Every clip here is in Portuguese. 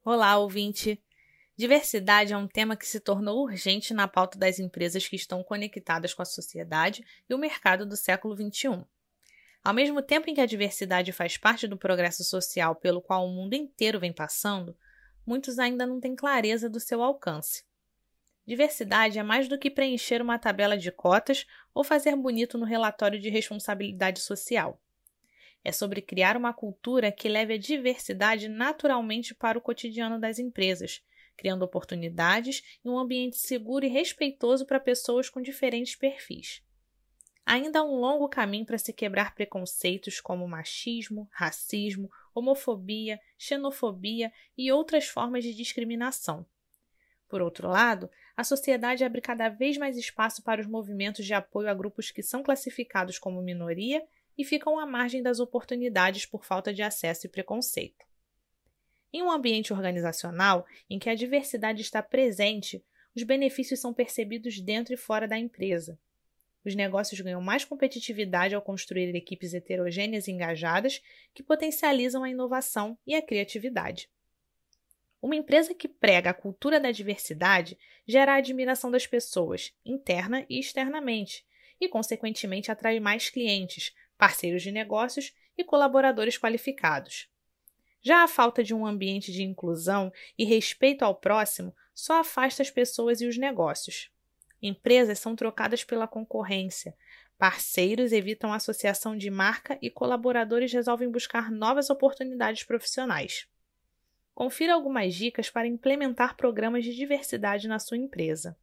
Olá, ouvinte! Diversidade é um tema que se tornou urgente na pauta das empresas que estão conectadas com a sociedade e o mercado do século XXI. Ao mesmo tempo em que a diversidade faz parte do progresso social pelo qual o mundo inteiro vem passando, muitos ainda não têm clareza do seu alcance. Diversidade é mais do que preencher uma tabela de cotas ou fazer bonito no relatório de responsabilidade social. É sobre criar uma cultura que leve a diversidade naturalmente para o cotidiano das empresas, criando oportunidades e um ambiente seguro e respeitoso para pessoas com diferentes perfis. Ainda há um longo caminho para se quebrar preconceitos como machismo, racismo, homofobia, xenofobia e outras formas de discriminação. Por outro lado, a sociedade abre cada vez mais espaço para os movimentos de apoio a grupos que são classificados como minoria e ficam à margem das oportunidades por falta de acesso e preconceito. Em um ambiente organizacional em que a diversidade está presente, os benefícios são percebidos dentro e fora da empresa. Os negócios ganham mais competitividade ao construir equipes heterogêneas e engajadas que potencializam a inovação e a criatividade. Uma empresa que prega a cultura da diversidade gera a admiração das pessoas, interna e externamente, e, consequentemente, atrai mais clientes, parceiros de negócios e colaboradores qualificados. Já a falta de um ambiente de inclusão e respeito ao próximo só afasta as pessoas e os negócios. Empresas são trocadas pela concorrência, parceiros evitam a associação de marca e colaboradores resolvem buscar novas oportunidades profissionais. Confira algumas dicas para implementar programas de diversidade na sua empresa.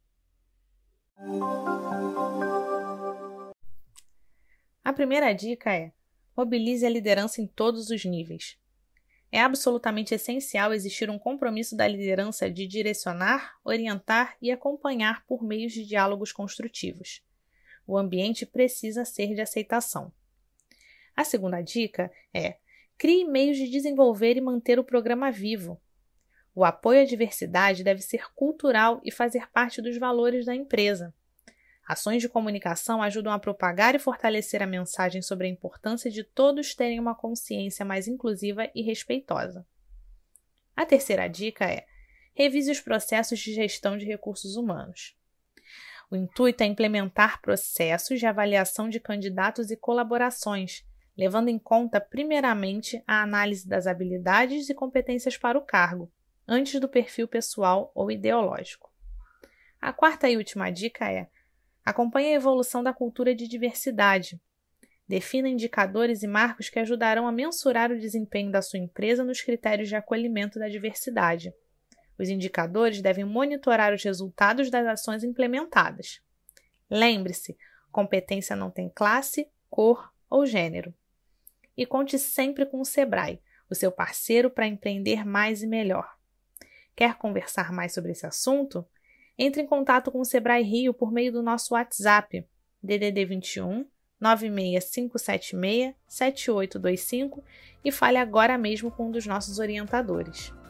A primeira dica é: mobilize a liderança em todos os níveis. É absolutamente essencial existir um compromisso da liderança de direcionar, orientar e acompanhar por meio de diálogos construtivos. O ambiente precisa ser de aceitação. A segunda dica é: crie meios de desenvolver e manter o programa vivo. O apoio à diversidade deve ser cultural e fazer parte dos valores da empresa. Ações de comunicação ajudam a propagar e fortalecer a mensagem sobre a importância de todos terem uma consciência mais inclusiva e respeitosa. A terceira dica é: revise os processos de gestão de recursos humanos. O intuito é implementar processos de avaliação de candidatos e colaborações, levando em conta, primeiramente, a análise das habilidades e competências para o cargo, antes do perfil pessoal ou ideológico. A quarta e última dica é: acompanhe a evolução da cultura de diversidade. Defina indicadores e marcos que ajudarão a mensurar o desempenho da sua empresa nos critérios de acolhimento da diversidade. Os indicadores devem monitorar os resultados das ações implementadas. Lembre-se, competência não tem classe, cor ou gênero. E conte sempre com o Sebrae, o seu parceiro para empreender mais e melhor. Quer conversar mais sobre esse assunto? Entre em contato com o Sebrae Rio por meio do nosso WhatsApp, DDD 21 96576 7825 e fale agora mesmo com um dos nossos orientadores.